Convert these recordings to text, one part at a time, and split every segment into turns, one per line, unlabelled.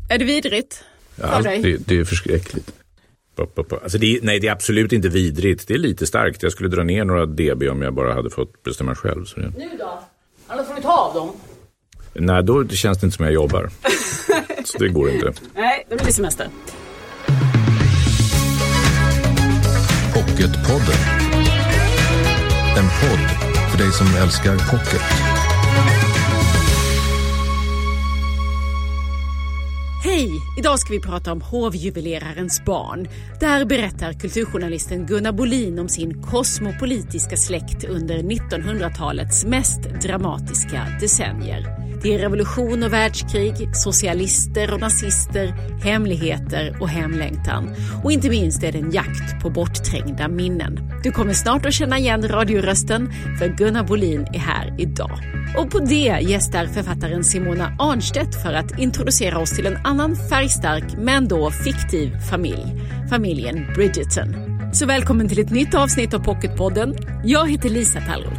Är det vidrigt?
Ja, det är förskräckligt. Alltså det är absolut inte vidrigt. Det är lite starkt. Jag skulle dra ner några dB om jag bara hade fått bestämma själv. Så det...
Nu då? Annars får du ta av dem.
Nej, då känns det inte som jag jobbar. Så det går inte.
Nej, då blir det semester.
Pocketpodden. En podd för dig som älskar pocket.
Hej! Idag ska vi prata om hovjuvelerarens barn. Där berättar kulturjournalisten Gunnar Bolin om sin kosmopolitiska släkt under 1900-talets mest dramatiska decennier. Det är revolution och världskrig, socialister och nazister, hemligheter och hemlängtan. Och inte minst är det en jakt på bortträngda minnen. Du kommer snart att känna igen radiorösten, för Gunnar Bolin är här idag. Och på det gästar författaren Simona Arnstedt för att introducera oss till en annan färgstark men då fiktiv familj. Familjen Bridgerton. Så välkommen till ett nytt avsnitt av Pocketpodden. Jag heter Lisa Tallroth.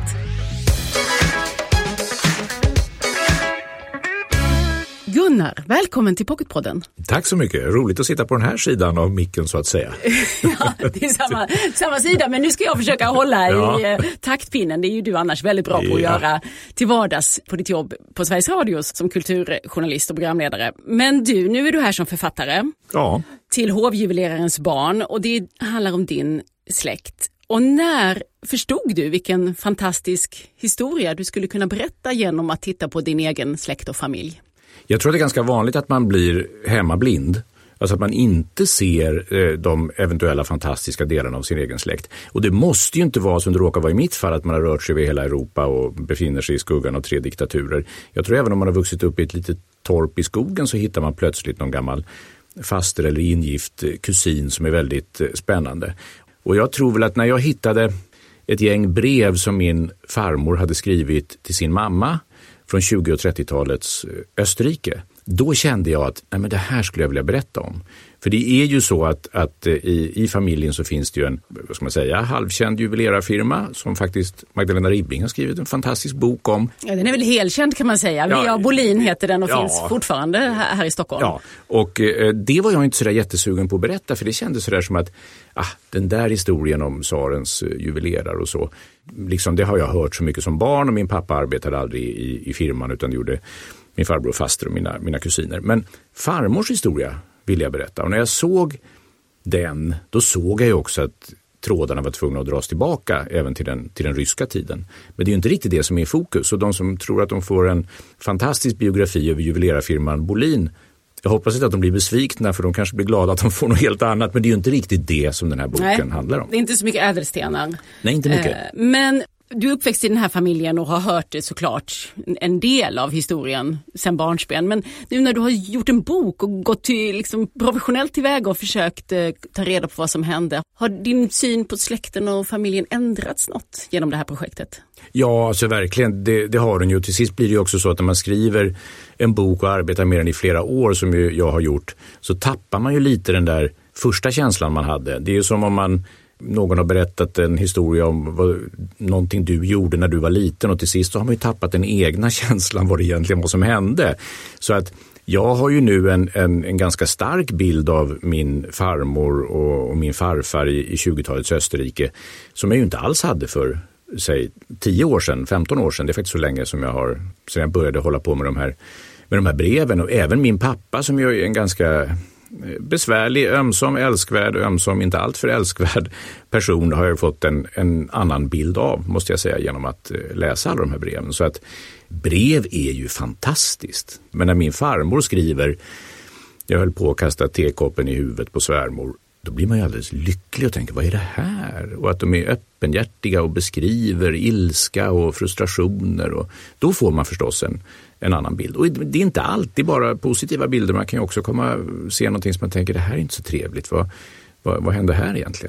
Gunnar, välkommen till Pocketpodden.
Tack så mycket. Roligt att sitta på den här sidan av micken så att säga.
Ja, det är samma sida, men nu ska jag försöka hålla i taktpinnen. Det är ju du annars väldigt bra på att göra till vardags på ditt jobb på Sveriges Radio som kulturjournalist och programledare. Men nu är du här som författare till hovjuvelerarens barn, och det handlar om din släkt. Och när förstod du vilken fantastisk historia du skulle kunna berätta genom att titta på din egen släkt och familj?
Jag tror att det är ganska vanligt att man blir hemmablind. Alltså att man inte ser de eventuella fantastiska delarna av sin egen släkt. Och det måste ju inte vara som det råkar vara i mitt fall, att man har rört sig över hela Europa och befinner sig i skuggan av 3 diktaturer. Jag tror även om man har vuxit upp i ett litet torp i skogen så hittar man plötsligt någon gammal faster eller ingift kusin som är väldigt spännande. Och jag tror väl att när jag hittade ett gäng brev som min farmor hade skrivit till sin mamma från 20- och 30-talets Österrike, då kände jag att men det här skulle jag vilja berätta om. För det är ju så att i familjen så finns det ju en, vad ska man säga, halvkänd juvelerarfirma som faktiskt Magdalena Ribbing har skrivit en fantastisk bok om. Ja,
den är väl helkänd kan man säga. V.A. Bolin heter den och finns fortfarande här i Stockholm.
Ja, och det var jag inte så där jättesugen på att berätta, för det kändes så där som att den där historien om tsarens juvelerare och så, liksom det har jag hört så mycket som barn, och min pappa arbetade aldrig i firman utan det gjorde min farbror och faster och mina kusiner. Men farmors historia vill jag berätta. Och när jag såg den, då såg jag ju också att trådarna var tvungna att dras tillbaka även till den ryska tiden. Men det är ju inte riktigt det som är i fokus. Och de som tror att de får en fantastisk biografi över juvelerarfirman Bolin, jag hoppas inte att de blir besvikna, för de kanske blir glada att de får något helt annat. Men det är ju inte riktigt det som den här boken handlar om.
Det är inte så mycket ädelstenar.
Nej, inte mycket.
Men du är uppväxt i den här familjen och har hört det såklart en del av historien sedan barnsben. Men nu när du har gjort en bok och gått till, liksom, professionellt tillväga och försökt ta reda på vad som hände, har din syn på släkten och familjen ändrats något genom det här projektet? Ja, alltså verkligen. Det har den ju. Till sist blir det ju också så att när man skriver en bok och arbetar med den i flera år som jag har gjort, så tappar man ju lite den där första känslan man hade. Det är ju som om någon har berättat en historia om någonting du gjorde när du var liten, och till sist så har man ju tappat den egna känslan vad det egentligen var som hände. Så att jag har ju nu en ganska stark bild av min farmor och min farfar i 20-talets Österrike som jag ju inte alls hade för, säg, 10 år sedan, 15 år sedan. Det är faktiskt så länge som jag började hålla på med de här breven. Och även min pappa, som ju är en ganska besvärlig, ömsom älskvärd, ömsom inte allt för älskvärd person, har jag fått en annan bild av, måste jag säga, genom att läsa alla de här breven. Så att brev är ju fantastiskt. Men när min farmor skriver, jag höll på att kasta tekoppen i huvudet på svärmor, då blir man ju alldeles lycklig och tänker, vad är det här? Och att de är öppenhjärtiga och beskriver ilska och frustrationer, och då får man förstås en annan bild. Och det är inte alltid bara positiva bilder, man kan ju också se någonting som man tänker, det här är inte så trevligt, vad händer här egentligen?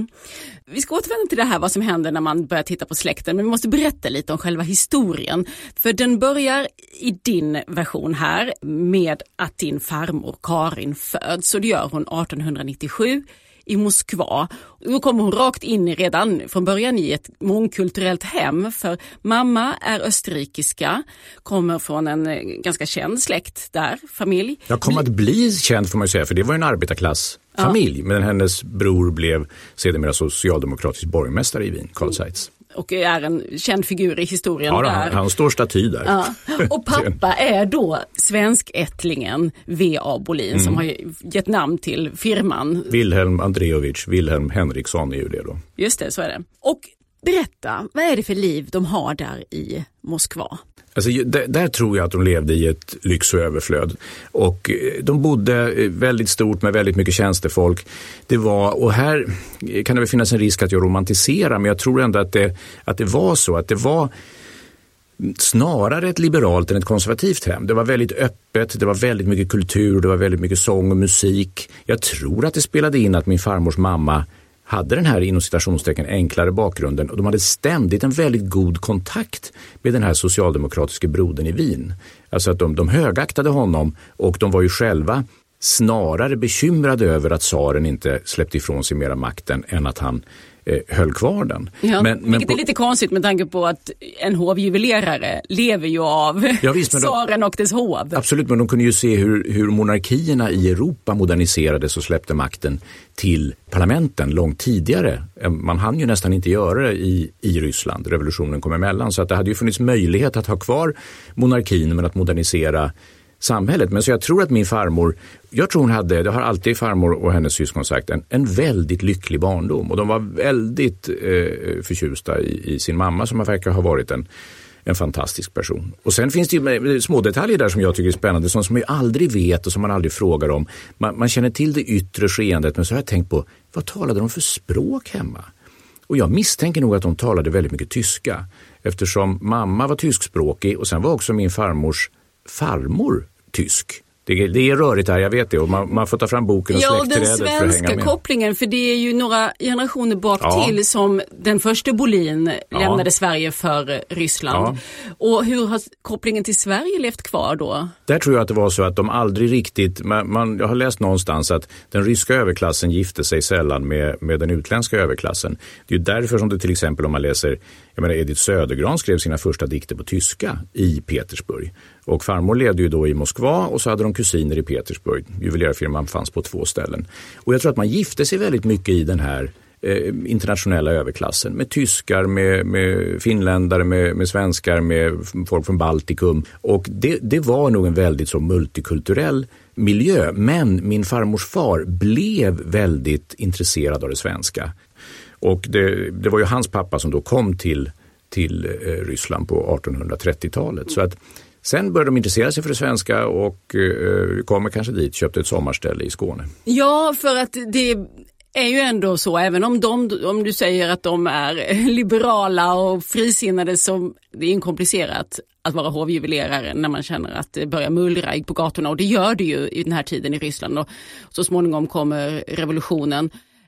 Vi ska återvända till det här, vad som händer när man börjar titta på släkten, men vi måste berätta lite om själva historien. För den börjar i din version här med att din farmor Karin föds, och det gör hon 1897 i Moskva. Då kommer hon rakt in redan från början i ett mångkulturellt hem, för mamma är österrikiska, kommer från en ganska känd släkt där, familj.
Jag kom att bli känd får man ju säga, för det var en arbetarklassfamilj, men hennes bror blev sedermera socialdemokratisk borgmästare i Wien, Carl Seitz.
Och är en känd figur i historien.
Ja,
där.
Han står staty där.
Ja. Och pappa är då svenskättlingen V.A. Bolin som har gett namn till firman.
Wilhelm Andreevich, Wilhelm Henriksson är ju det då.
Just det, så är det. Och berätta, vad är det för liv de har där i Moskva?
Alltså, där tror jag att de levde i ett lyx och överflöd. Och de bodde väldigt stort med väldigt mycket tjänstefolk. Det var, och här kan det väl finnas en risk att jag romantiserar, men jag tror ändå att det var så. Att det var snarare ett liberalt än ett konservativt hem. Det var väldigt öppet, det var väldigt mycket kultur, det var väldigt mycket sång och musik. Jag tror att det spelade in att min farmors mamma hade den här inom citationstecken enklare bakgrunden, och de hade ständigt en väldigt god kontakt med den här socialdemokratiska brodern i Wien. Alltså att de högaktade honom, och de var ju själva snarare bekymrade över att tsaren inte släppte ifrån sig mera makten än att han höll kvar den.
Ja, vilket är lite konstigt med tanke på att en hovjuvelerare lever ju av tsaren och dess hov.
Absolut, men de kunde ju se hur monarkierna i Europa moderniserades och släppte makten till parlamenten långt tidigare. Man hann ju nästan inte göra det i Ryssland. Revolutionen kom emellan, så att det hade ju funnits möjlighet att ha kvar monarkin men att modernisera samhället. Men så jag tror att min farmor, det har alltid farmor och hennes syskon sagt, en väldigt lycklig barndom. Och de var väldigt förtjusta i sin mamma, som verkar ha varit en fantastisk person. Och sen finns det ju små detaljer där som jag tycker är spännande, sånt som man ju aldrig vet och som man aldrig frågar om. Man känner till det yttre skeendet, men så har jag tänkt på, vad talade de för språk hemma? Och jag misstänker nog att de talade väldigt mycket tyska, eftersom mamma var tyskspråkig och sen var också min farmors farmor tysk. Det är rörigt här, jag vet det, och man får ta fram boken och släktträdet för att hänga med. Ja, den svenska kopplingen,
för det är ju några generationer bak till som den första Bolin lämnade Sverige för Ryssland. Ja. Och hur har kopplingen till Sverige levt kvar då?
Där tror jag att det var så att de aldrig riktigt, jag har läst någonstans att den ryska överklassen gifte sig sällan med den utländska överklassen. Det är ju därför som det till exempel, om man läser, Edith Södergran skrev sina första dikter på tyska i Petersburg. Och farmor levde ju då i Moskva, och så hade de kusiner i Petersburg. Juvelerarfirman fanns på 2 ställen. Och jag tror att man gifte sig väldigt mycket i den här internationella överklassen. Med tyskar, med finländare, med svenskar, med folk från Baltikum. Och det var nog en väldigt så multikulturell miljö. Men min farmors far blev väldigt intresserad av det svenska. Och det var ju hans pappa som då kom till Ryssland på 1830-talet. Så att sen började de intressera sig för det svenska och kommer kanske dit, köpte ett sommarställe i Skåne.
Ja, för att det är ju ändå så, även om du säger att de är liberala och frisinnade, så det är inkomplicerat att vara hovjuvelerare när man känner att det börjar mullra på gatorna, och det gör det ju i den här tiden i Ryssland, och så småningom kommer revolutionen.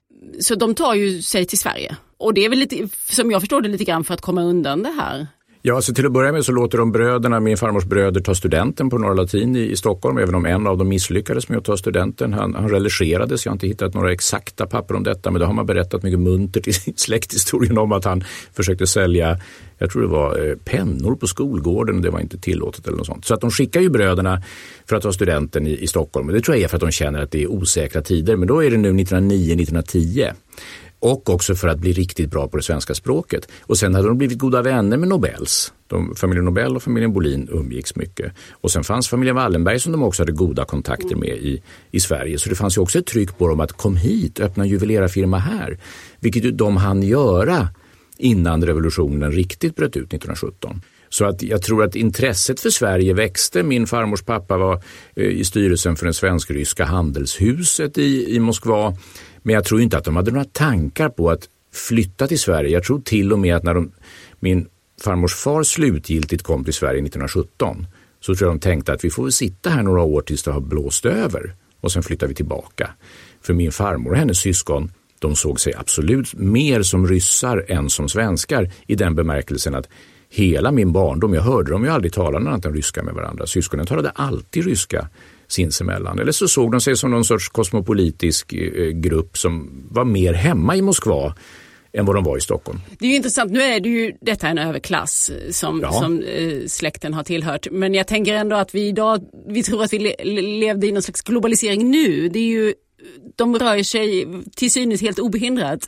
Så de tar ju sig till Sverige, och det är väl lite, som jag förstår det, lite grann för att komma undan det här.
Ja, så till att börja med så låter de bröderna, min farmors bröder, ta studenten på Norra Latin i Stockholm, även om en av dem misslyckades med att ta studenten. Han religerades, jag har inte hittat några exakta papper om detta, men det har man berättat mycket muntert i släkthistorien om, att han försökte sälja, jag tror det var pennor på skolgården, och det var inte tillåtet eller något sånt. Så att de skickar ju bröderna för att ta studenten i Stockholm, och det tror jag är för att de känner att det är osäkra tider, men då är det nu 1909-1910. Och också för att bli riktigt bra på det svenska språket. Och sen hade de blivit goda vänner med Nobels. Familjen Nobel och familjen Bolin umgicks mycket. Och sen fanns familjen Wallenberg som de också hade goda kontakter med i Sverige. Så det fanns ju också ett tryck på dem att kom hit, öppna en juvelerarfirma här. Vilket de hann göra innan revolutionen riktigt bröt ut 1917. Så att jag tror att intresset för Sverige växte. Min farmors pappa var i styrelsen för det svensk-ryska handelshuset i Moskva. Men jag tror inte att de hade några tankar på att flytta till Sverige. Jag tror till och med att när min farmors far slutgiltigt kom till Sverige 1917, så tror jag de tänkte att vi får sitta här några år tills det har blåst över, och sen flyttar vi tillbaka. För min farmor och hennes syskon, de såg sig absolut mer som ryssar än som svenskar, i den bemärkelsen att hela min barndom, jag hörde dem ju aldrig tala något annat än ryska med varandra. Syskonen talade alltid ryska sinsemellan. Eller så såg de sig som någon sorts kosmopolitisk grupp som var mer hemma i Moskva än vad de var i Stockholm.
Det är ju intressant. Nu är det ju detta en överklass som släkten har tillhört. Men jag tänker ändå att vi tror att vi levde i någon slags globalisering nu. Det är ju, de rör sig till synes helt obehindrat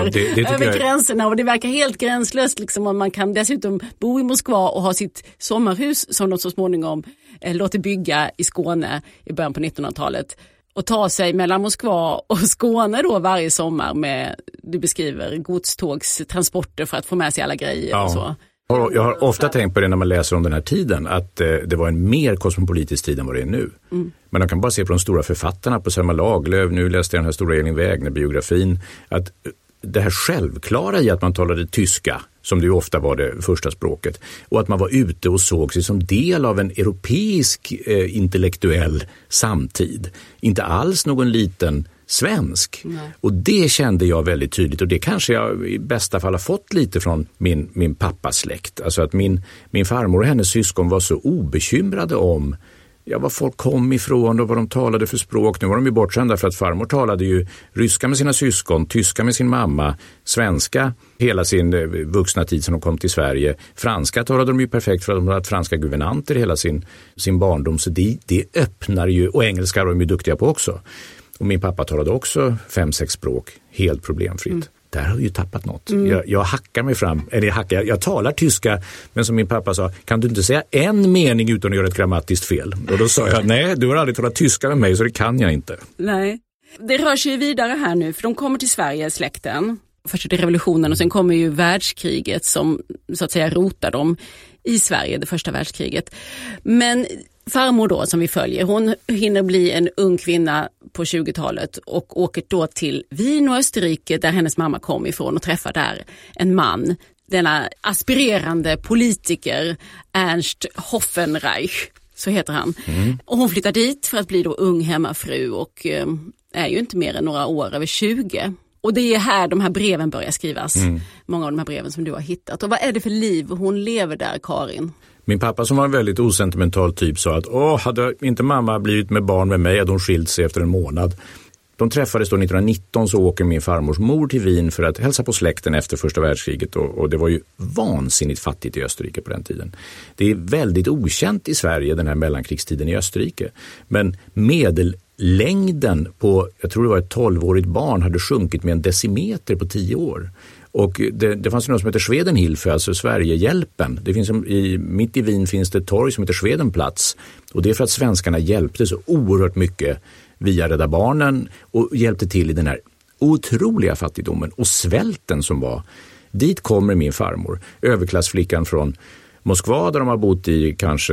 över gränserna, och det verkar helt gränslöst liksom, om man kan dessutom bo i Moskva och ha sitt sommarhus som de så småningom låter bygga i Skåne i början på 1900-talet. Och ta sig mellan Moskva och Skåne då varje sommar med, du beskriver, godstågstransporter för att få med sig alla grejer och så.
Jag har ofta tänkt på det när man läser om den här tiden, att det var en mer kosmopolitisk tid än vad det är nu. Men man kan bara se på de stora författarna, på Selma Lagerlöf, nu läste jag den här stora Elin Wägner-biografin, att det här självklara i att man talade tyska, som det ju ofta var det första språket, och att man var ute och såg sig som del av en europeisk intellektuell samtid. Inte alls någon liten svensk. Nej. Och det kände jag väldigt tydligt, och det kanske jag i bästa fall har fått lite från min pappas släkt. Alltså att min farmor och hennes syskon var så obekymrade om var folk kom ifrån och vad de talade för språk. Nu var de ju bortsända för att farmor talade ju ryska med sina syskon, tyska med sin mamma, svenska hela sin vuxna tid som de kom till Sverige. Franska talade de ju perfekt för att de hade franska guvernanter hela sin barndom. Så det öppnar ju, och engelska var de ju duktiga på också. Och min pappa talade också 5-6 språk helt problemfritt. Där har vi ju tappat något. Jag hackar mig fram, jag talar tyska, men som min pappa sa, kan du inte säga en mening utan att göra ett grammatiskt fel? Och då sa jag, nej, du har aldrig talat tyska med mig, så det kan jag inte.
Nej, det rör sig vidare här nu, för de kommer till Sverige, släkten. Först är det revolutionen och sen kommer ju världskriget som så att säga rotar dem i Sverige, det första världskriget. Men farmor då, som vi följer, hon hinner bli en ung kvinna på 20-talet och åker då till Wien och Österrike, där hennes mamma kom ifrån, och träffar där en man, denna aspirerande politiker Ernst Hoffenreich, så heter han. Och hon flyttar dit för att bli då ung hemmafru och är ju inte mer än några år över 20. Och det är här de här breven börjar skrivas. Många av de här breven som du har hittat. Och vad är det för liv hon lever där, Karin?
Min pappa, som var en väldigt osentimental typ, sa att hade inte mamma blivit med barn med mig hade hon skilt sig efter en månad. De träffades då 1919, så åker min farmors mor till Wien för att hälsa på släkten efter första världskriget, och det var ju vansinnigt fattigt i Österrike på den tiden. Det är väldigt okänt i Sverige, den här mellankrigstiden i Österrike. Men medellängden på, jag tror det var ett 12-årigt barn, hade sjunkit med 1 decimeter på 10 år. Och det fanns något som heter Schwedenhilfe, alltså Sverigehjälpen. Det finns mitt i Wien finns det ett torg som heter Schwedenplatz. Och det är för att svenskarna hjälpte så oerhört mycket via Rädda Barnen och hjälpte till i den här otroliga fattigdomen och svälten som var. Dit kommer min farmor, överklassflickan från Moskva, där de har bott i kanske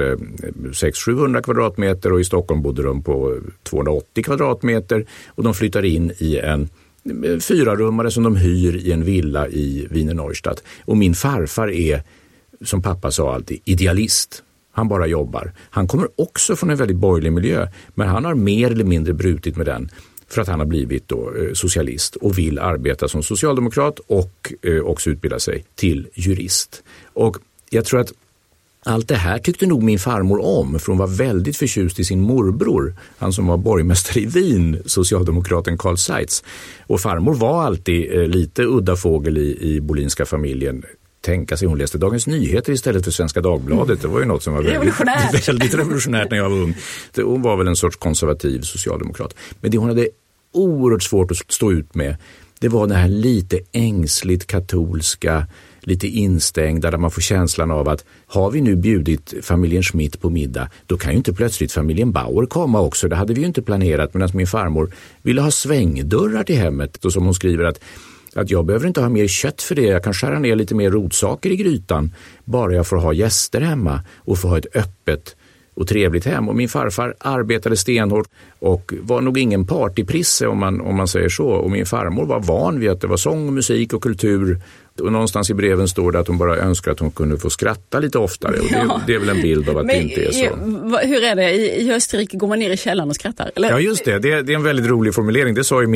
600-700 kvadratmeter, och i Stockholm bodde de på 280 kvadratmeter, och de flyttar in i en 4-rummare som de hyr i en villa i Wiener Neustadt. Och min farfar är, som pappa sa alltid, idealist. Han bara jobbar. Han kommer också från en väldigt borgerlig miljö, men han har mer eller mindre brutit med den för att han har blivit då socialist och vill arbeta som socialdemokrat och också utbilda sig till jurist. Och jag tror att allt det här tyckte nog min farmor om, för hon var väldigt förtjust i sin morbror, han som var borgmästare i Wien, socialdemokraten Carl Seitz. Och farmor var alltid lite udda fågel i Bohlinska familjen. Tänka sig, hon läste Dagens Nyheter istället för Svenska Dagbladet. Det var ju något som var väldigt revolutionärt när jag var ung. Hon var väl en sorts konservativ socialdemokrat. Men det hon hade oerhört svårt att stå ut med, det var den här lite ängsligt katolska, lite instängda, där man får känslan av att har vi nu bjudit familjen Schmidt på middag, då kan ju inte plötsligt familjen Bauer komma också. Det hade vi ju inte planerat, medan min farmor ville ha svängdörrar till hemmet. Och som hon skriver att jag behöver inte ha mer kött för det. Jag kan skära ner lite mer rotsaker i grytan, bara jag får ha gäster hemma och få ha ett öppet och trevligt hem. Och min farfar arbetade stenhårt och var nog ingen partyprisse om man säger så. Och min farmor var van vid att det var sång och musik och kultur Och någonstans i breven står det att hon bara önskar att hon kunde få skratta lite oftare. Och det är väl en bild av att det inte är så.
Hur är det? I Österrike går man ner i källaren och skrattar? Eller?
Ja, just det. Det är en väldigt rolig formulering. Det sa ju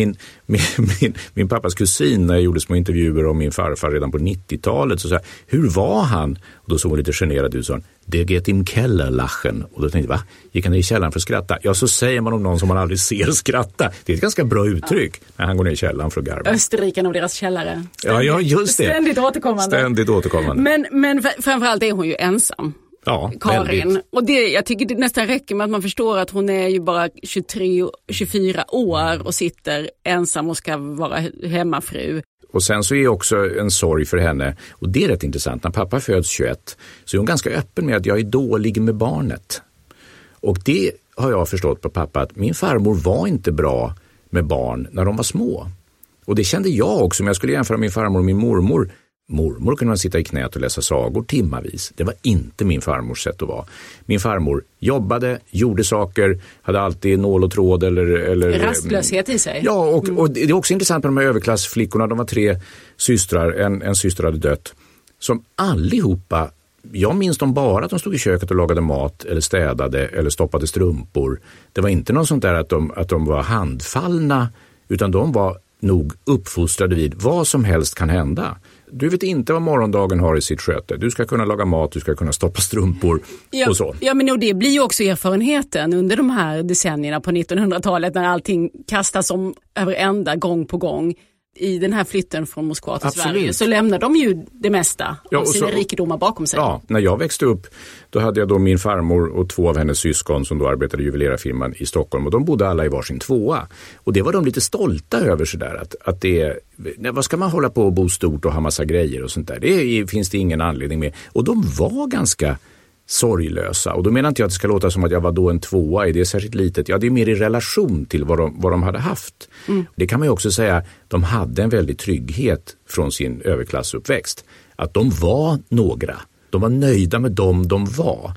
min pappas kusin när jag gjorde små intervjuer om min farfar redan på 90-talet. Så sa jag, hur var han? Och då såg hon lite generad ut och sa, det geht im Keller lachen. Och då tänkte jag, va? Gick han ner i källaren för att skratta? Ja, så säger man om någon som man aldrig ser skratta. Det är ett ganska bra uttryck när han går ner i källaren för att garva.
Österrike och deras källare.
Ja, just det.
Ständigt återkommande. Men framförallt är hon ju ensam.
Ja,
Karin.
väldigt.
Och jag tycker det nästan räcker med att man förstår att hon är ju bara 23-24 år och sitter ensam och ska vara hemmafru.
Och sen så är också en sorg för henne, och det är rätt intressant, när pappa föds 21 så är hon ganska öppen med att jag är dålig med barnet. Och det har jag förstått på pappa, att min farmor var inte bra med barn när de var små. Och det kände jag också, om jag skulle jämföra min farmor och min mormor. Mormor kunde man sitta i knät och läsa sagor timmavis. Det var inte min farmors sätt att vara. Min farmor jobbade, gjorde saker, hade alltid nål och tråd eller
rastlöshet i sig.
Ja, och det är också intressant med de här överklassflickorna. De var 3 systrar, en syster hade dött. Som allihopa, jag minns dem bara att de stod i köket och lagade mat eller städade eller stoppade strumpor. Det var inte något sånt där att de var handfallna, utan de var nog uppfostrade vid vad som helst kan hända. Du vet inte vad morgondagen har i sitt sköte. Du ska kunna laga mat, du ska kunna stoppa strumpor och så.
Ja, men det blir ju också erfarenheten under de här decennierna på 1900-talet när allting kastas om över ända gång på gång. I den här flytten från Moskva till Sverige så lämnar de ju det mesta av sina rikedomar bakom sig.
Ja, när jag växte upp då hade jag då min farmor och 2 av hennes syskon som då arbetade i juvelerarfirman i Stockholm, och de bodde alla i varsin 2:a. Och det var de lite stolta över sådär att det, vad ska man hålla på och bo stort och ha massa grejer och sånt där. Det finns det ingen anledning med. Och de var ganska sorglösa. Och då menar inte jag att det ska låta som att jag var då en 2:a, är det särskilt litet? Ja, det är mer i relation till vad de hade haft. Det kan man ju också säga, de hade en väldig trygghet från sin överklassuppväxt. Att de var några. De var nöjda med dem de var.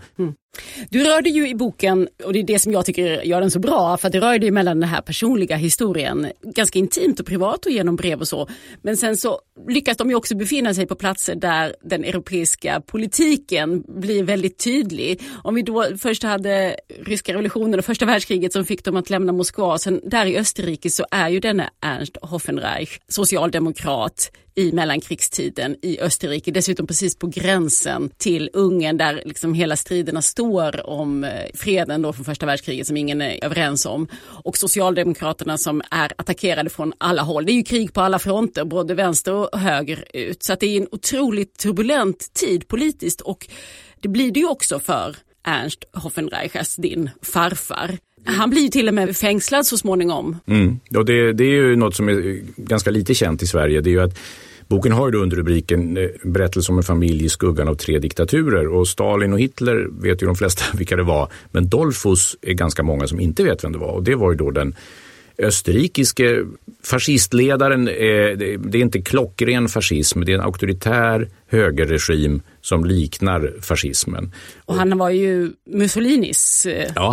Du rörde ju i boken, och det är det som jag tycker gör den så bra, för att det rörde ju mellan den här personliga historien, ganska intimt och privat och genom brev och så. Men sen så lyckas de ju också befinna sig på platser där den europeiska politiken blir väldigt tydlig. Om vi då först hade ryska revolutionen och första världskriget som fick dem att lämna Moskva, sen där i Österrike så är ju denna Ernst Hoffenreich socialdemokrat i mellankrigstiden i Österrike, dessutom precis på gränsen till Ungern där liksom hela striderna står om freden då från första världskriget som ingen är överens om, och socialdemokraterna som är attackerade från alla håll. Det är ju krig på alla fronter, både vänster och höger ut, så att det är en otroligt turbulent tid politiskt, och det blir det ju också för Ernst Hoffenreich, din farfar. Han blir ju till och med fängslad så småningom.
Och det är ju något som är ganska lite känt i Sverige. Det är ju att boken har ju då under rubriken berättelse om en familj i skuggan av 3 diktaturer. Och Stalin och Hitler vet ju de flesta vilka det var. Men Dollfuss är ganska många som inte vet vem det var. Och det var ju då den österrikiske fascistledaren. Det är inte klockren fascism, det är en auktoritär högerregim som liknar fascismen.
Och han var ju Mussolinis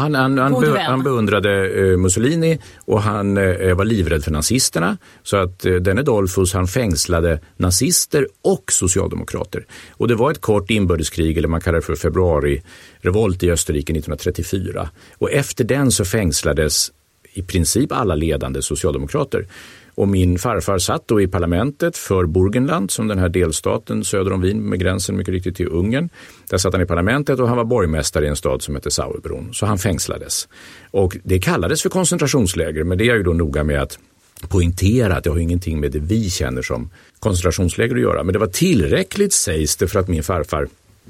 han beundrade Mussolini, och han var livrädd för nazisterna, så att denne Dollfuss, han fängslade nazister och socialdemokrater. Och det var ett kort inbördeskrig, eller man kallar det för februarirevolt i Österrike 1934. Och efter den så fängslades i princip alla ledande socialdemokrater. Och min farfar satt då i parlamentet för Burgenland, som den här delstaten söder om Wien med gränsen mycket riktigt till Ungern. Där satt han i parlamentet och han var borgmästare i en stad som heter Sauerbrunn. Så han fängslades. Och det kallades för koncentrationsläger, men det är ju då noga med att poängtera att det har ingenting med det vi känner som koncentrationsläger att göra. Men det var tillräckligt, sägs det, för att min farfar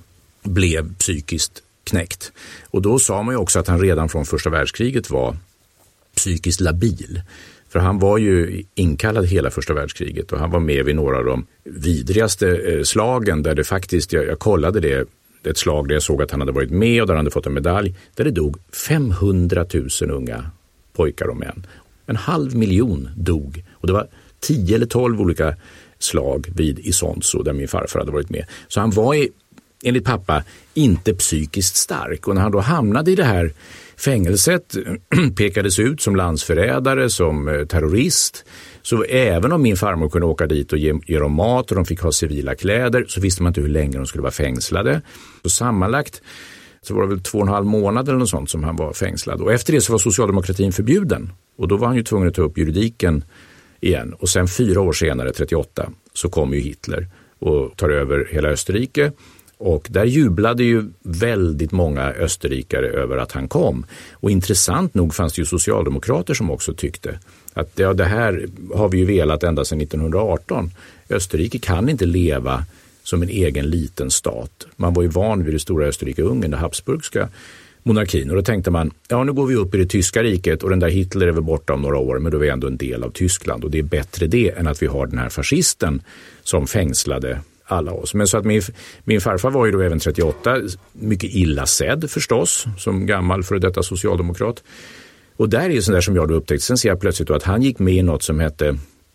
blev psykiskt knäckt. Och då sa man ju också att han redan från första världskriget var psykiskt labil. För han var ju inkallad hela första världskriget, och han var med vid några av de vidrigaste slagen där det faktiskt, jag kollade det, ett slag där jag såg att han hade varit med och där han hade fått en medalj, där det dog 500 000 unga pojkar och män. 500 000 dog, och det var 10 eller 12 olika slag vid Isonzo där min farfar hade varit med. Så han var enligt pappa inte psykiskt stark. Och när han då hamnade i det här fängelset pekades ut som landsförrädare, som terrorist. Så även om min farmor kunde åka dit och ge dem mat och de fick ha civila kläder, så visste man inte hur länge de skulle vara fängslade. Så sammanlagt så var det väl 2,5 månader eller något sånt som han var fängslad. Och efter det så var socialdemokratin förbjuden. Och då var han ju tvungen att ta upp juridiken igen. Och sen 4 år senare, 38, så kom ju Hitler och tar över hela Österrike. Och där jublade ju väldigt många österrikare över att han kom. Och intressant nog fanns det ju socialdemokrater som också tyckte att det här har vi ju velat ända sedan 1918. Österrike kan inte leva som en egen liten stat. Man var ju van vid det stora Österrike-Ungern, den habsburgska monarkin. Och då tänkte man, ja nu går vi upp i det tyska riket och den där Hitler är väl borta om några år, men då är vi ändå en del av Tyskland. Och det är bättre det än att vi har den här fascisten som fängslade alla oss. Men så att min farfar var ju då även 38, mycket illa sedd förstås, som gammal för detta socialdemokrat. Och där är det sånt där som jag då upptäckte. Sen ser jag plötsligt då att han gick med i något som hette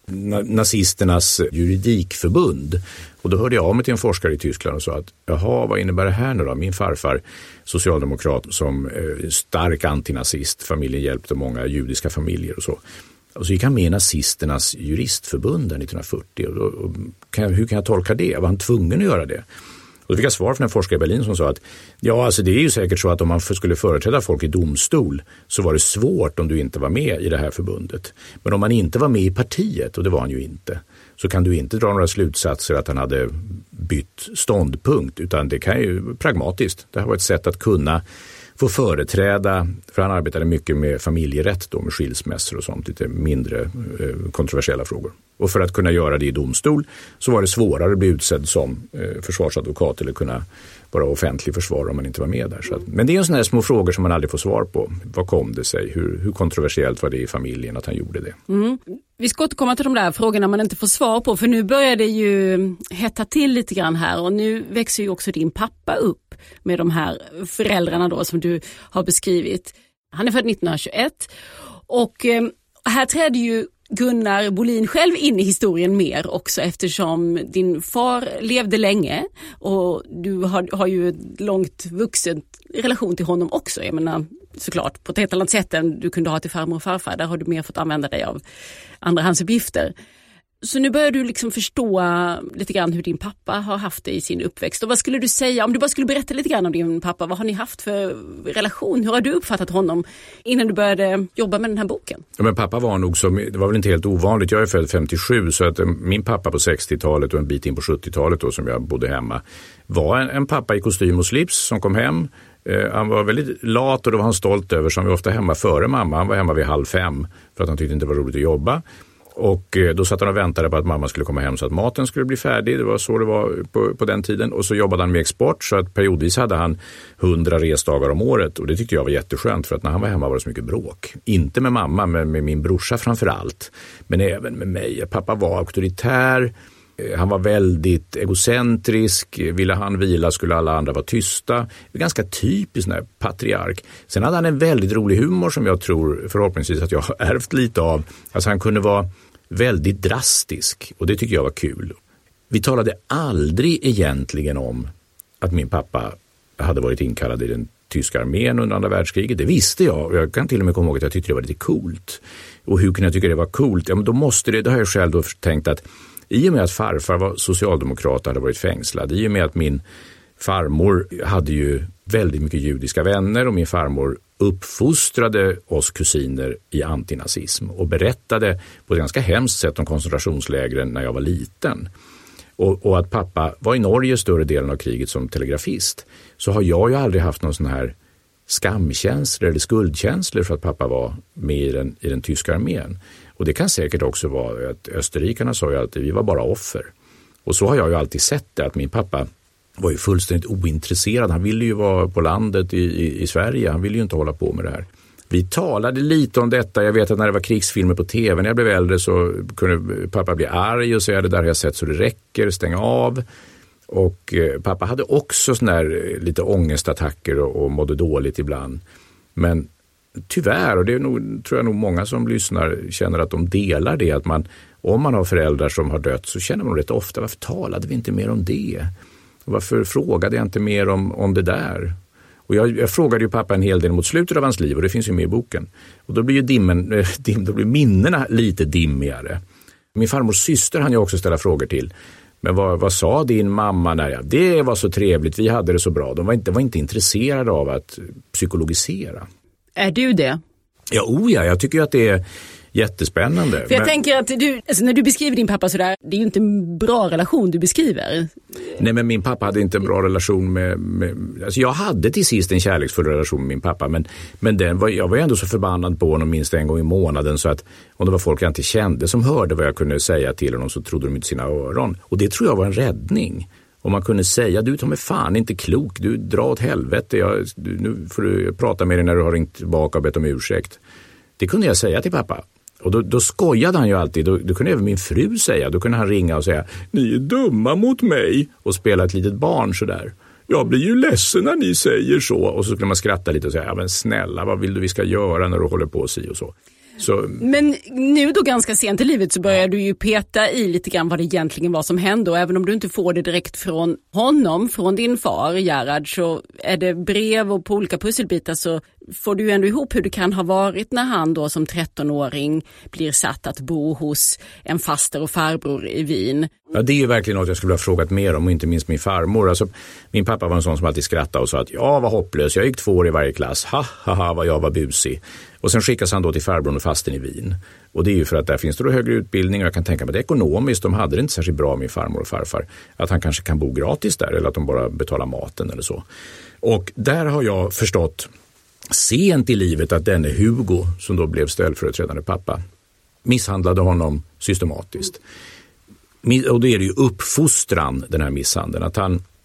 nazisternas juridikförbund. Och då hörde jag av mig till en forskare i Tyskland och sa att jaha, vad innebär det här nu då? Min farfar, socialdemokrat, som stark antinazist, familjen hjälpte många judiska familjer och så. Och så gick han med i nazisternas juristförbund 1940. Hur kan jag tolka det? Var han tvungen att göra det? Och då fick jag svar från en forskare i Berlin som sa att ja, alltså det är ju säkert så att om man skulle företräda folk i domstol så var det svårt om du inte var med i det här förbundet. Men om man inte var med i partiet, och det var han ju inte, så kan du inte dra några slutsatser att han hade bytt ståndpunkt, utan det kan ju pragmatiskt. Det här var ett sätt att kunna få företräda, för han arbetade mycket med familjerätt då, med skilsmässor och sånt, lite mindre kontroversiella frågor. Och för att kunna göra det i domstol så var det svårare att bli utsedd som försvarsadvokat eller kunna vara offentlig försvarare om man inte var med där. Så att, men det är en sån här små frågor som man aldrig får svar på. Vad kom det sig? Hur kontroversiellt var det i familjen att han gjorde det?
Mm. Vi ska återkomma till de där frågorna man inte får svar på, för nu börjar det ju hetta till lite grann här, och nu växer ju också din pappa upp med de här föräldrarna då som du har beskrivit. Han är född 1921 och här trädde ju Gunnar Bolin själv in i historien mer också, eftersom din far levde länge och du har ju ett långt vuxen relation till honom också. Jag menar, såklart på ett helt annat sätt än du kunde ha till farmor och farfar. Där har du mer fått använda dig av andrahandsuppgifter. Så nu börjar du liksom förstå lite grann hur din pappa har haft det i sin uppväxt. Och vad skulle du säga, om du bara skulle berätta lite grann om din pappa, vad har ni haft för relation? Hur har du uppfattat honom innan du började jobba med den här boken?
Ja, men pappa var nog som, det var väl inte helt ovanligt, jag är född 57, så att min pappa på 60-talet och en bit in på 70-talet då som jag bodde hemma var en pappa i kostym och slips som kom hem. Han var väldigt lat och då var han stolt över, som vi ofta hemma före mamma. Han var hemma vid 4:30 för att han tyckte inte det var roligt att jobba. Och då satt han och väntade på att mamma skulle komma hem så att maten skulle bli färdig. Det var så det var på den tiden. Och så jobbade han med export, så att periodvis hade han 100 resdagar om året. Och det tyckte jag var jätteskönt, för att när han var hemma var det så mycket bråk. Inte med mamma, men med min brorsa framför allt. Men även med mig. Pappa var auktoritär. Han var väldigt egocentrisk. Ville han vila skulle alla andra vara tysta. Ganska typiskt när patriark. Sen hade han en väldigt rolig humor som jag tror förhoppningsvis att jag har ärvt lite av. Alltså han kunde vara väldigt drastisk och det tycker jag var kul. Vi talade aldrig egentligen om att min pappa hade varit inkallad i den tyska armén under andra världskriget. Det visste jag, och jag kan till och med komma ihåg att jag tyckte det var lite coolt. Och hur kunde jag tycka det var coolt? Ja, men då måste det har jag själv då tänkt att i och med att farfar var socialdemokrat och hade varit fängslad, i och med att min farmor hade ju väldigt mycket judiska vänner och min farmor uppfostrade oss kusiner i antinazism och berättade på ett ganska hemskt sätt om koncentrationslägren när jag var liten. Och att pappa var i Norge större delen av kriget som telegrafist, så har jag ju aldrig haft någon sån här skamkänslor eller skuldkänslor för att pappa var med i den tyska armén. Och det kan säkert också vara att österrikarna sa ju alltid vi var bara offer. Och så har jag ju alltid sett det, att min pappa var ju fullständigt ointresserad. Han ville ju vara på landet i Sverige. Han ville ju inte hålla på med det här. Vi talade lite om detta. Jag vet att när det var krigsfilmer på tv när jag blev äldre så kunde pappa bli arg och säga det där har jag sett så det räcker, stänga av. Och pappa hade också sån där lite ångestattacker och mådde dåligt ibland. Men tyvärr, och det är nog, tror jag nog många som lyssnar känner att de delar det, att om man har föräldrar som har dött så känner man rätt ofta, varför talade vi inte mer om det? Varför frågade jag inte mer om det där? Och jag frågade ju pappa en hel del mot slutet av hans liv och det finns ju med i boken. Och då blir ju då blir minnena lite dimmigare. Min farmors syster hann jag också ställa frågor till. Men vad sa din mamma när det var så trevligt, vi hade det så bra. De var inte intresserade av att psykologisera.
Är du det?
Ja, jag tycker att det är jättespännande.
För jag tänker att när du beskriver din pappa sådär, det är ju inte en bra relation du beskriver.
Nej, men min pappa hade inte en bra relation med alltså jag hade till sist en kärleksfull relation med min pappa, men jag var ju ändå så förbannad på honom minst en gång i månaden, så att om det var folk jag inte kände som hörde vad jag kunde säga till honom så trodde de inte sina öron. Och det tror jag var en räddning. Om man kunde säga, du tar mig fan inte klok, du drar åt helvete, nu får du prata med dig när du har ringt tillbaka och bett om ursäkt. Det kunde jag säga till pappa. Och då skojade han ju alltid. Då kunde även min fru säga. Då kunde han ringa och säga, ni är dumma mot mig. Och spela ett litet barn sådär. Jag blir ju ledsen när ni säger så. Och så skulle man skratta lite och säga, ja men snälla, vad vill du vi ska göra när du håller på och si och så.
Men nu då ganska sent i livet så börjar du ju peta i lite grann vad det egentligen var som hände, och även om du inte får det direkt från honom, från din far Gerhard, så är det brev och på olika pusselbitar så får du ju ändå ihop hur det kan ha varit när han då som 13-åring blir satt att bo hos en faster och farbror i Wien.
Ja, det är ju verkligen något jag skulle ha frågat mer om, och inte minst min farmor. Alltså, min pappa var en sån som alltid skrattade och sa att jag var hopplös, jag gick 2 år i varje klass, vad jag var busig. Och sen skickas han då till farbrorn och fasten i Wien. Och det är ju för att där finns det då högre utbildning, och jag kan tänka mig det ekonomiskt, de hade det inte särskilt bra med farmor och farfar. Att han kanske kan bo gratis där, eller att de bara betalar maten eller så. Och där har jag förstått sent i livet att denne Hugo, som då blev ställföreträdande pappa, misshandlade honom systematiskt. Och då är det ju uppfostran, den här misshandeln. Att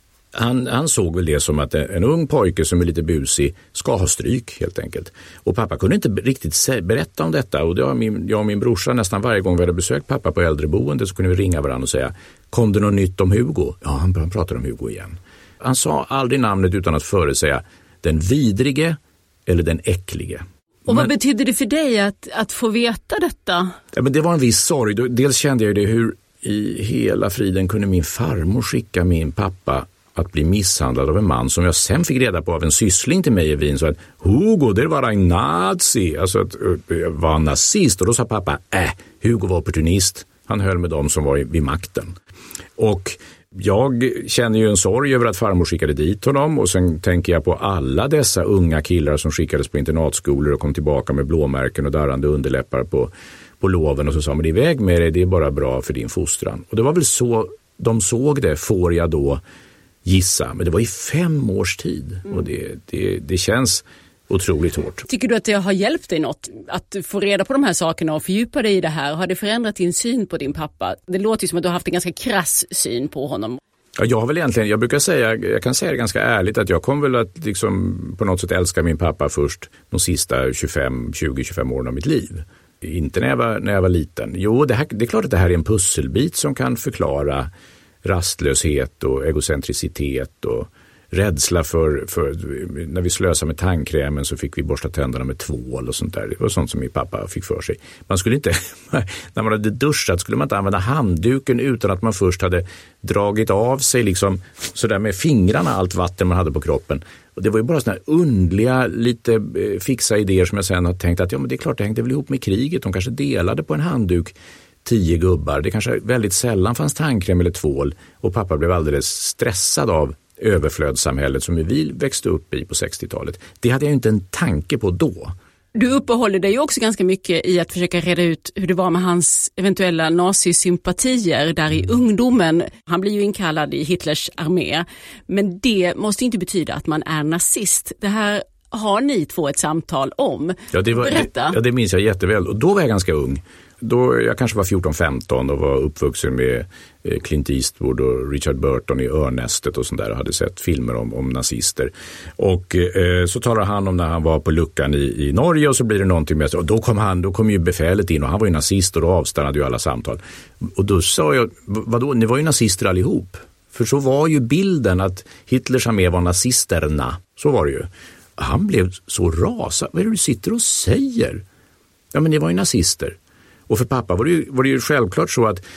han såg väl det som att en ung pojke som är lite busig ska ha stryk helt enkelt. Och pappa kunde inte riktigt berätta om detta. Och det har jag och min brorsa nästan varje gång vi hade besökt pappa på äldreboende så kunde vi ringa varandra och säga, kom det något nytt om Hugo? Ja, han pratade om Hugo igen. Han sa aldrig namnet utan att föresäga den vidrige eller den äcklige.
Och vad betydde det för dig att få veta detta?
Ja, men det var en viss sorg. Dels kände jag det, hur i hela friden kunde min farmor skicka min pappa att bli misshandlad av en man som jag sen fick reda på av en syssling till mig i Wien. Så att Hugo, det var en nazi. Alltså att var nazist. Och då sa pappa, Hugo var opportunist. Han höll med dem som var vid makten. Och jag känner ju en sorg över att farmor skickade dit honom, och sen tänker jag på alla dessa unga killar som skickades på internatskolor och kom tillbaka med blåmärken och darrande underläppar på loven, och så sa man, iväg med dig, det är bara bra för din fostran. Och det var väl så de såg det, får jag då gissa. Men det var i 5 års tid och det känns otroligt hårt.
Tycker du att det har hjälpt dig något att få reda på de här sakerna och fördjupa dig i det här? Har det förändrat din syn på din pappa? Det låter ju som att du har haft en ganska krass syn på honom.
Ja, jag kan säga det ganska ärligt att jag kom väl att liksom på något sätt älska min pappa först de sista 20-25 åren av mitt liv. Inte när jag var liten. Jo, det är klart att det här är en pusselbit som kan förklara rastlöshet och egocentricitet och rädsla för när vi slösade med tandkrämen så fick vi borsta tänderna med tvål och sånt där. Det var sånt som min pappa fick för sig. Man skulle inte, när man hade duschat skulle man inte använda handduken utan att man först hade dragit av sig liksom sådär med fingrarna allt vatten man hade på kroppen. Och det var ju bara sådana här undliga, lite fixa idéer som jag sen har tänkt att ja, men det är klart det hängde väl ihop med kriget. De kanske delade på en handduk 10 gubbar. Det kanske väldigt sällan fanns tandkräm eller tvål och pappa blev alldeles stressad av överflödssamhället som vi växte upp i på 60-talet. Det hade jag inte en tanke på då.
Du uppehåller dig också ganska mycket i att försöka reda ut hur det var med hans eventuella nazisympatier där i ungdomen. Han blir ju inkallad i Hitlers armé. Men det måste inte betyda att man är nazist. Det här har ni två ett samtal om.
Ja,
Berätta.
Det minns jag jätteväl. Och då var jag ganska ung. Jag kanske var 14-15 och var uppvuxen med Clint Eastwood och Richard Burton i Örnästet och sånt där och hade sett filmer om nazister. Och så talar han om när han var på luckan i Norge och så blir det någonting med och då kom ju befälet in och han var ju nazist och då avstannade ju alla samtal. Och då sa jag, vadå, ni var ju nazister allihop. För så var ju bilden att Hitlers armé var nazisterna. Så var det ju. Han blev så rasad. Vad är det du sitter och säger? Ja, men ni var ju nazister. Och för pappa var det ju självklart så att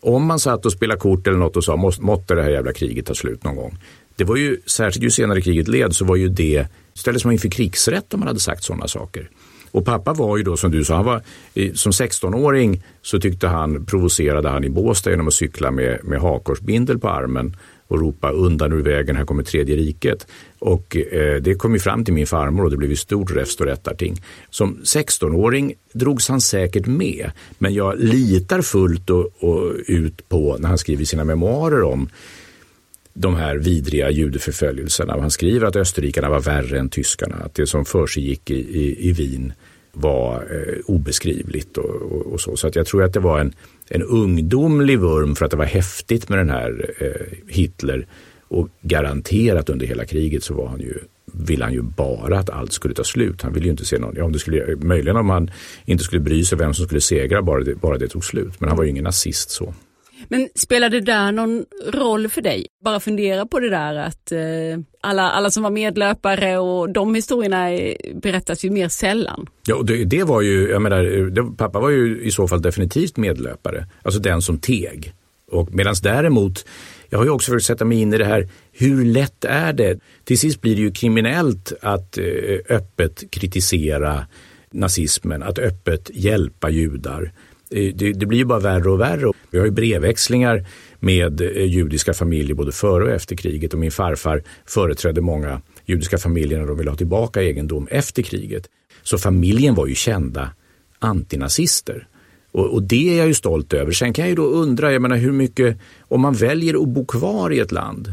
om man satt och spelade kort eller något och sa måtte det här jävla kriget ta slut någon gång. Det var ju, särskilt ju senare kriget led, så var ju det, ställdes man inför krigsrätt om man hade sagt sådana saker. Och pappa var ju då, som du sa, han var, som 16-åring så provocerade han i Båstad genom att cykla med hakorsbindel på armen och ropa undan ur vägen, här kommer tredje riket. Och det kom ju fram till min farmor och det blev ju stort räfst och rättarting. Som 16-åring drogs han säkert med, men jag litar fullt och ut på när han skriver sina memoarer om de här vidriga judeförföljelserna. Och han skriver att österrikarna var värre än tyskarna, att det som försiggick i Wien var obeskrivligt och så. Så att jag tror att det var en ungdomlig vurm för att det var häftigt med den här Hitler, och garanterat under hela kriget så ville han ju bara att allt skulle ta slut. Han ville ju inte se någon, möjligen om han inte skulle bry sig vem som skulle segra, bara det tog slut. Men han var ju ingen nazist så.
Men spelade det där någon roll för dig? Bara fundera på det där att alla som var medlöpare och de historierna berättas ju mer sällan. Ja,
det var ju, jag menar, pappa var ju i så fall definitivt medlöpare. Alltså den som teg. Och medans däremot, jag har ju också försökt sätta mig in i det här, hur lätt är det? Till sist blir det ju kriminellt att öppet kritisera nazismen, att öppet hjälpa judar. Det blir ju bara värre och värre. Vi har ju brevväxlingar med judiska familjer både före och efter kriget, och min farfar företrädde många judiska familjer när de ville ha tillbaka egendom efter kriget. Så familjen var ju kända antinazister. Och det är jag ju stolt över. Sen kan jag ju då undra, jag menar, hur mycket, om man väljer att bo kvar i ett land,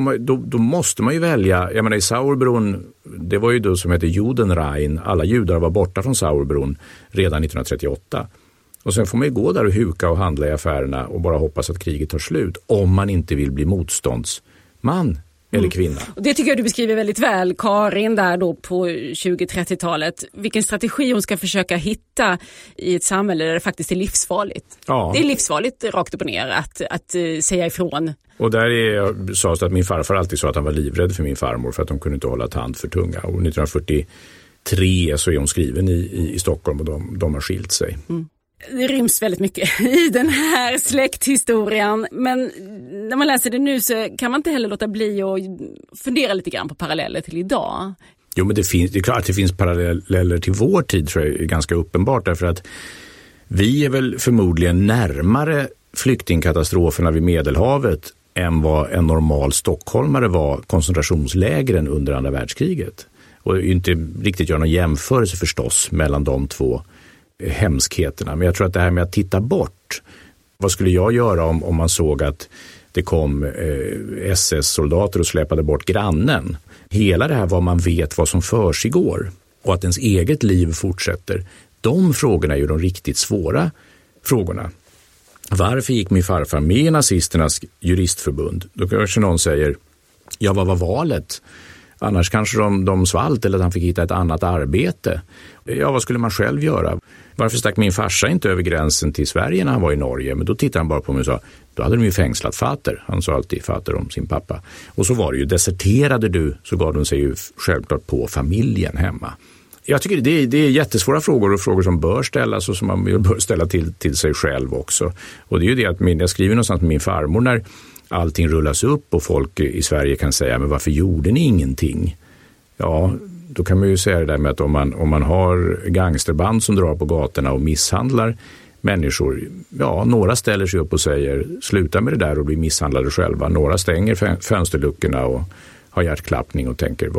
då måste man ju välja. Jag menar, i Sauerbrunn, det var ju då som hette Judenrein, alla judar var borta från Sauerbrunn redan 1938. Och sen får man ju gå där och huka och handla i affärerna och bara hoppas att kriget tar slut, om man inte vill bli motståndsman eller kvinna.
Och det tycker jag du beskriver väldigt väl, Karin, där då på 20-30-talet. Vilken strategi hon ska försöka hitta i ett samhälle där det faktiskt är livsfarligt. Ja. Det är livsfarligt rakt upp och ner att säga ifrån.
Och där sades att min farfar alltid sa att han var livrädd för min farmor för att de kunde inte hålla tand för tunga. Och 1943 så är hon skriven i Stockholm och de har skilt sig. Mm.
Det ryms väldigt mycket i den här släkthistorien, men när man läser det nu så kan man inte heller låta bli att fundera lite grann på paralleller till idag.
Jo, men det är klart att det finns paralleller till vår tid, tror jag är ganska uppenbart, därför att vi är väl förmodligen närmare flyktingkatastroferna vid Medelhavet än vad en normal stockholmare var koncentrationslägren under andra världskriget. Och inte riktigt göra någon jämförelse förstås mellan de två hemskheterna. Men jag tror att det här med att titta bort, vad skulle jag göra om man såg att det kom SS-soldater och släpade bort grannen? Hela det här vad man vet vad som försiggår och att ens eget liv fortsätter. De frågorna är ju de riktigt svåra frågorna. Varför gick min farfar med i nazisternas juristförbund? Då kanske någon säger, ja, vad var valet? Annars kanske de svalt eller att han fick hitta ett annat arbete. Ja, vad skulle man själv göra? Varför stack min farsa inte över gränsen till Sverige när han var i Norge? Men då tittade han bara på mig och sa, då hade de ju fängslat fater. Han sa alltid fater om sin pappa. Och så var det ju, deserterade du så gav de sig ju självklart på familjen hemma. Jag tycker det är jättesvåra frågor och frågor som bör ställas och som man bör ställa till sig själv också. Och det är ju det att jag skriver någonstans med min farmor när allting rullas upp och folk i Sverige kan säga, men varför gjorde ni ingenting? Ja, då kan man ju säga det där med att om man har gangsterband som drar på gatorna och misshandlar människor, ja, några ställer sig upp och säger sluta med det där och blir misshandlade själva. Några stänger fönsterluckorna och har hjärtklappning och tänker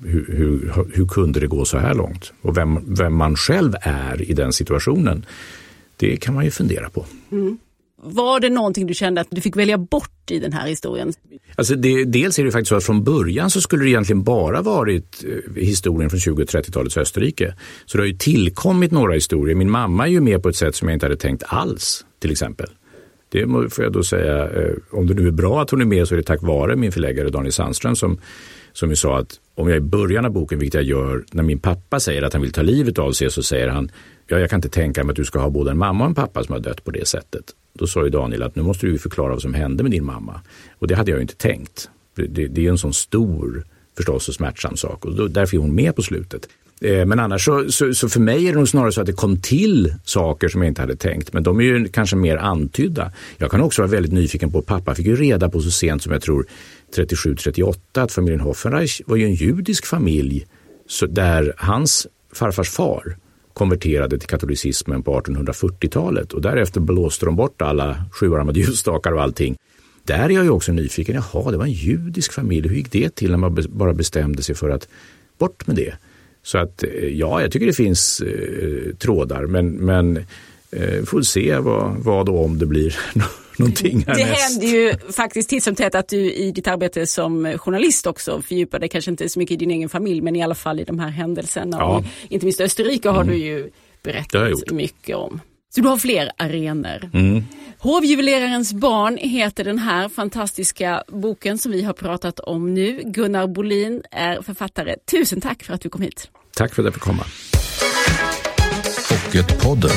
hur kunde det gå så här långt? Och vem man själv är i den situationen, det kan man ju fundera på. Mm.
Var det någonting du kände att du fick välja bort i den här historien?
Alltså dels är det faktiskt så att från början så skulle det egentligen bara varit historien från 20- och 30-talets Österrike. Så det har ju tillkommit några historier. Min mamma är ju med på ett sätt som jag inte hade tänkt alls, till exempel. Det får jag då säga, om det nu är bra att hon är med så är det tack vare min förläggare Daniel Sandström som ju sa att om jag i början av boken, vilket jag gör, när min pappa säger att han vill ta livet av sig så säger han, ja, jag kan inte tänka mig att du ska ha både en mamma och en pappa som har dött på det sättet. Då sa ju Daniel att nu måste du förklara vad som hände med din mamma. Och det hade jag ju inte tänkt. Det är en sån stor, förstås, och smärtsam sak. Och därför är hon med på slutet. Men annars så för mig är det nog snarare så att det kom till saker som jag inte hade tänkt. Men de är ju kanske mer antydda. Jag kan också vara väldigt nyfiken på, pappa fick ju reda på så sent som jag tror 37-38 att familjen Hoffenreich var ju en judisk familj så där hans farfars far konverterade till katolicismen på 1840-talet. Och därefter blåste de bort alla sjuarmade ljusstakar och allting. Där är jag ju också nyfiken. Jaha, det var en judisk familj. Hur gick det till när man bara bestämde sig för att bort med det? Så att ja, jag tycker det finns trådar. Men får se vad då om det blir någonting härnäst.
Det händer ju faktiskt titt som tätt att du i ditt arbete som journalist också fördjupar dig, kanske inte så mycket i din egen familj, men i alla fall i de här händelserna. Ja. Och inte minst Österrike har du ju berättat mycket om. Så du har fler arenor. Hovjuvelerarens barn heter den här fantastiska boken som vi har pratat om nu. Gunnar Bolin är författare. Tusen tack för att du kom hit.
Tack för att jag fick komma.
Pocketpodden.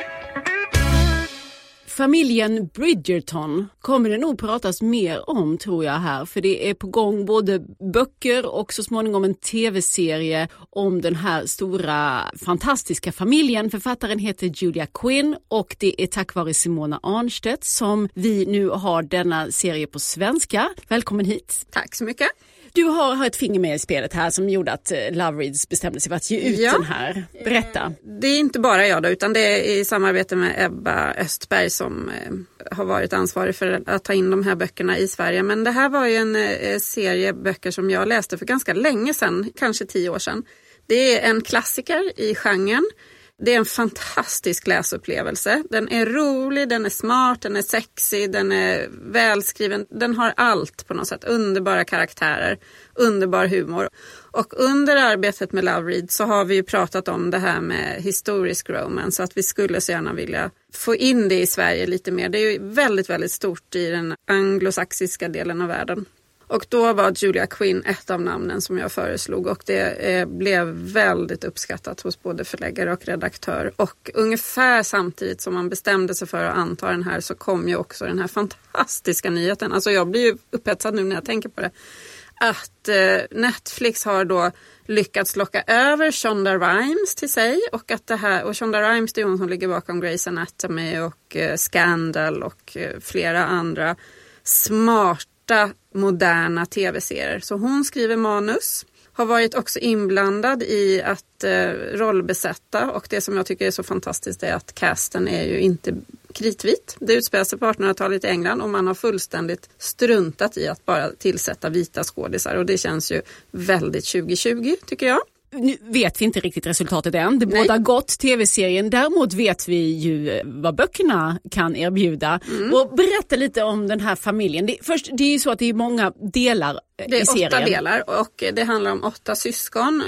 Familjen Bridgerton kommer det nog pratas mer om, tror jag, här. För det är på gång både böcker och så småningom en tv-serie om den här stora, fantastiska familjen. Författaren heter Julia Quinn och det är tack vare Simona Arnstedt som vi nu har denna serie på svenska. Välkommen hit.
Tack så mycket.
Du har ett finger med i spelet här som gjorde att Lovereads bestämde sig för att ge ut den här. Berätta.
Det är inte bara jag då, utan det är i samarbete med Ebba Östberg som har varit ansvarig för att ta in de här böckerna i Sverige. Men det här var ju en serie böcker som jag läste för ganska länge sedan, kanske 10 år sedan. Det är en klassiker i genren. Det är en fantastisk läsupplevelse. Den är rolig, den är smart, den är sexig, den är välskriven. Den har allt på något sätt. Underbara karaktärer, underbar humor. Och under arbetet med Loveread så har vi ju pratat om det här med historisk romance. Så att vi skulle så gärna vilja få in det i Sverige lite mer. Det är ju väldigt, väldigt stort i den anglosaxiska delen av världen. Och då var Julia Quinn ett av namnen som jag föreslog och det blev väldigt uppskattat hos både förläggare och redaktör. Och ungefär samtidigt som man bestämde sig för att anta den här så kom ju också den här fantastiska nyheten. Alltså jag blir ju upphetsad nu när jag tänker på det. Att Netflix har då lyckats locka över Shonda Rhimes till sig och att det här, och Shonda Rhimes det är hon som ligger bakom Grey's Anatomy och Scandal och flera andra smarta moderna tv-serier. Så hon skriver manus, har varit också inblandad i att rollbesätta och det som jag tycker är så fantastiskt är att casten är ju inte kritvit. Det utspelar sig på 1800-talet i England och man har fullständigt struntat i att bara tillsätta vita skådisar och det känns ju väldigt 2020 tycker jag.
Nu vet vi inte riktigt resultatet än. Det båda gott tv-serien. Däremot vet vi ju vad böckerna kan erbjuda. Och berätta lite om den här familjen. Det är ju så att det är många delar i serien.
Det är 8 delar och det handlar om 8 syskon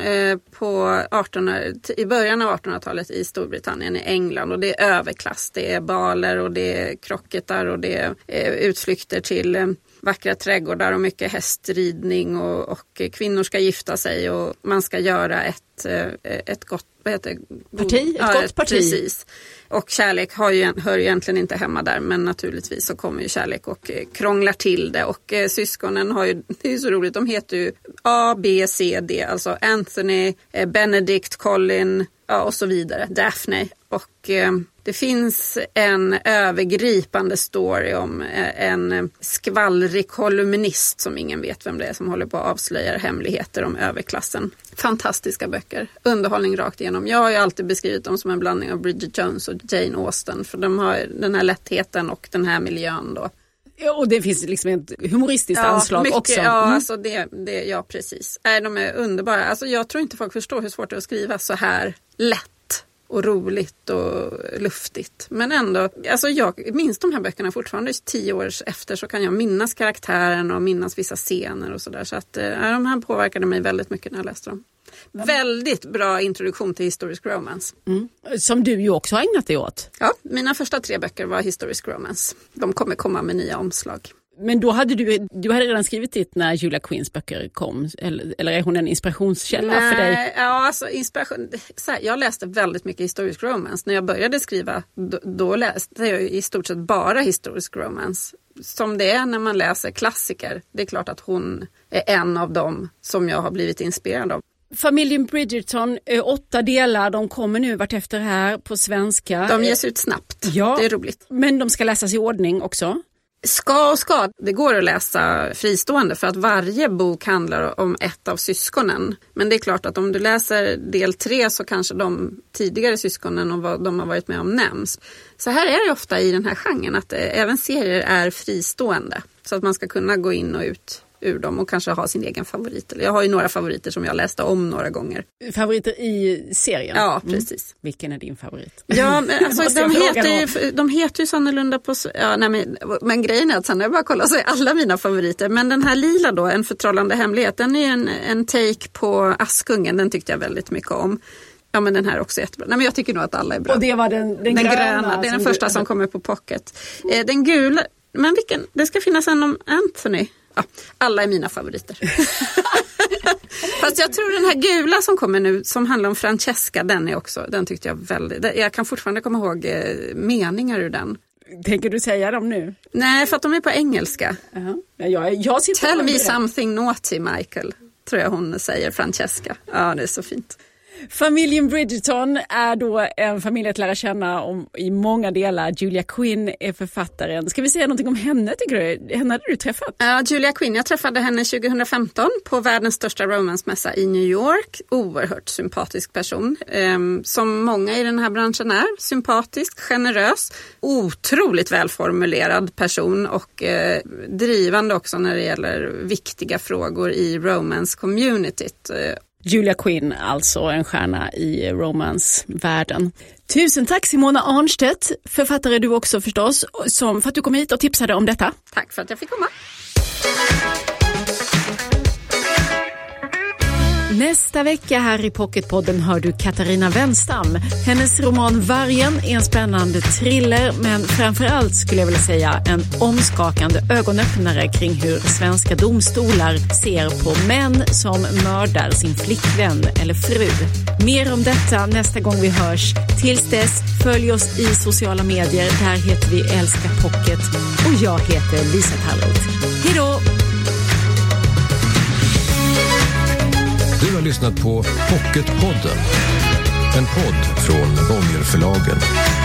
i början av 1800-talet i Storbritannien, i England. Och det är överklass. Det är baler och det är krocketar och det är utflykter till vackra trädgårdar och mycket hästridning och kvinnor ska gifta sig och man ska göra ett gott
parti. Ett gott parti.
Precis. Och kärlek hör ju egentligen inte hemma där men naturligtvis så kommer ju kärlek och krånglar till det och syskonen har ju, det är ju så roligt, de heter ju A, B, C, D, alltså Anthony, Benedict, Colin och så vidare, Daphne och det finns en övergripande story om en skvallrig kolumnist som ingen vet vem det är som håller på att avslöja hemligheter om överklassen. Fantastiska böcker. Underhållning rakt igenom. Jag har ju alltid beskrivit dem som en blandning av Bridget Jones och Jane Austen för de har den här lättheten och den här miljön då.
Ja, och det finns liksom ett humoristiskt anslag
mycket,
också.
Ja, alltså ja, precis. De är underbara. Alltså, jag tror inte folk förstår hur svårt det är att skriva så här lätt och roligt och luftigt. Men ändå, alltså jag minns de här böckerna fortfarande 10 år efter så kan jag minnas karaktären och minnas vissa scener och sådär. Så att de här påverkade mig väldigt mycket när jag läste dem. Väldigt bra introduktion till historisk romance.
Som du ju också har ägnat dig åt.
Ja, mina första 3 böcker var historisk romance. De kommer komma med nya omslag.
Men då hade du hade redan skrivit det när Julia Quinns böcker kom, eller är hon en inspirationskälla för dig?
Ja, alltså inspiration. Jag läste väldigt mycket historisk romance. När jag började skriva, då läste jag i stort sett bara historisk romance. Som det är när man läser klassiker. Det är klart att hon är en av dem som jag har blivit inspirerad av.
Familjen Bridgerton, 8 delar, de kommer nu vartefter här på svenska.
De ges ut snabbt,
ja,
det är roligt.
Men de ska läsas i ordning också.
Ska. Det går att läsa fristående för att varje bok handlar om ett av syskonen. Men det är klart att om du läser del 3 så kanske de tidigare syskonen och vad de har varit med om nämns. Så här är det ofta i den här genren att även serier är fristående. Så att man ska kunna gå in och ut ur dem och kanske ha sin egen favorit. Jag har ju några favoriter som jag läste om några gånger.
Favoriter i serien?
Ja, precis.
Vilken är din favorit?
Ja, men alltså, de heter ju så annorlunda på... Ja, nej, men grejen är att sen när jag bara kollar så är alla mina favoriter. Men den här lila då, En förtrollande hemlighet, den är en take på Askungen. Den tyckte jag väldigt mycket om. Ja, men den här är också jättebra. Nej, men jag tycker nog att alla är bra.
Och det var den gröna.
Det är den första som kommer på pocket. Den gula... Men vilken? Det ska finnas en om Anthony. Ja, alla är mina favoriter. Fast jag tror den här gula som kommer nu, som handlar om Francesca, den tyckte jag väldigt... Jag kan fortfarande komma ihåg meningar ur den.
Tänker du säga dem nu?
Nej, för att de är på engelska.
Jag
Tell me something naughty, Michael, tror jag hon säger, Francesca. Ja, det är så fint.
Familjen Bridgerton är då en familj att lära känna i många delar. Julia Quinn är författaren. Ska vi säga någonting om henne, tycker du? Henne hade du träffat?
Ja, Julia Quinn. Jag träffade henne 2015 på världens största romansmässa i New York. Oerhört sympatisk person. Som många i den här branschen är. Sympatisk, generös, otroligt välformulerad person och drivande också när det gäller viktiga frågor i romance-communityt.
Julia Quinn, alltså en stjärna i romance-världen. Tusen tack Simona Arnstedt, författare du också förstås, för att du kom hit och tipsade om detta.
Tack för att jag fick komma.
Nästa vecka här i Pocketpodden hör du Katarina Wenstam. Hennes roman Vargen är en spännande thriller, men framförallt skulle jag vilja säga en omskakande ögonöppnare kring hur svenska domstolar ser på män som mördar sin flickvän eller fru. Mer om detta nästa gång vi hörs. Tills dess, följ oss i sociala medier. Där heter vi Älska Pocket och jag heter Lisa Tallroth. Hej då!
Du har lyssnat på Pocketpodden, en podd från Bonnierförlagen.